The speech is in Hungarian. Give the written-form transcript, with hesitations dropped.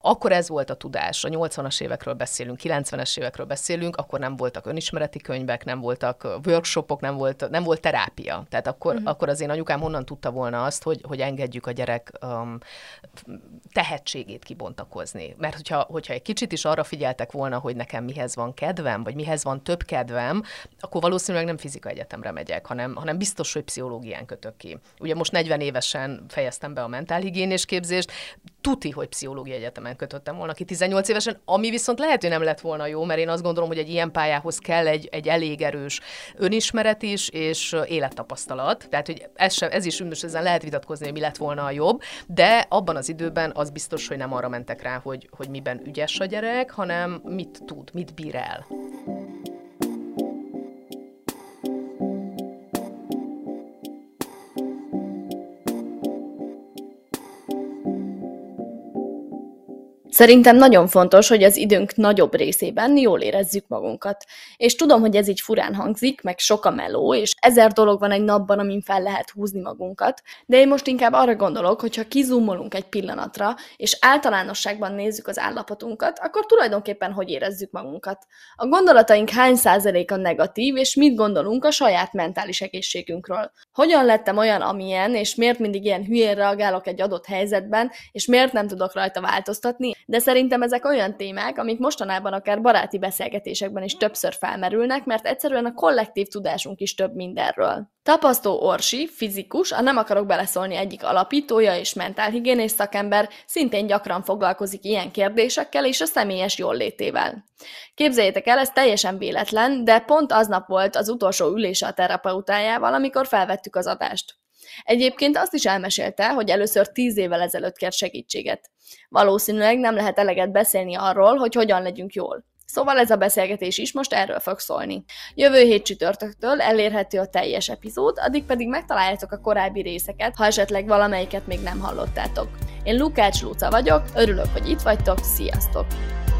Akkor ez volt a tudás. A 80-as évekről beszélünk, 90-es évekről beszélünk, akkor nem voltak önismereti könyvek, nem voltak workshopok, nem volt terápia. Tehát akkor az én anyukám honnan tudta volna azt, hogy engedjük a gyerek tehetségét kibontakozni. Mert hogyha egy kicsit is arra figyeltek volna, hogy nekem mihez van kedvem, vagy mihez van több kedvem, akkor valószínűleg nem fizika egyetemre megyek, hanem biztos, hogy pszichológián kötök ki. Ugye most 40 évesen fejeztem be a mentálhigiénés képzést, tuti, hogy pszichológia egyetemen kötöttem volna ki 18 évesen, ami viszont lehet, hogy nem lett volna jó, mert én azt gondolom, hogy egy ilyen pályához kell egy elég erős önismeret is, és élettapasztalat. Tehát, hogy ez is most ezen lehet vitatkozni, hogy mi lett volna a jobb, de abban az időben az biztos, hogy nem arra mentek rá, hogy miben ügyes a gyerek, hanem mit tud, mit bír el. Szerintem nagyon fontos, hogy az időnk nagyobb részében jól érezzük magunkat. És tudom, hogy ez így furán hangzik, meg sok a meló, és 1000 dolog van egy napban, amin fel lehet húzni magunkat, de én most inkább arra gondolok, hogy ha kizoomolunk egy pillanatra, és általánosságban nézzük az állapotunkat, akkor tulajdonképpen hogy érezzük magunkat. A gondolataink hány százaléka negatív, és mit gondolunk a saját mentális egészségünkről. Hogyan lettem olyan, amilyen, és miért mindig ilyen hülyén reagálok egy adott helyzetben, és miért nem tudok rajta változtatni, de szerintem ezek olyan témák, amik mostanában akár baráti beszélgetésekben is többször felmerülnek, mert egyszerűen a kollektív tudásunk is több mindenről. Tapasztó Orsi, fizikus, a Nem akarok beleszólni egyik alapítója és mentálhigiénés szakember szintén gyakran foglalkozik ilyen kérdésekkel és a személyes jóllétével. Képzeljétek el, ez teljesen véletlen, de pont aznap volt az utolsó ülése a terapeutájával, amikor felvettük az adást. Egyébként azt is elmesélte, hogy először 10 évvel ezelőtt kért segítséget. Valószínűleg nem lehet eleget beszélni arról, hogy hogyan legyünk jól. Szóval ez a beszélgetés is most erről fog szólni. Jövő hét csütörtöktől elérhető a teljes epizód, addig pedig megtaláljátok a korábbi részeket, ha esetleg valamelyiket még nem hallottátok. Én Lukács Lúca vagyok, örülök, hogy itt vagytok, sziasztok!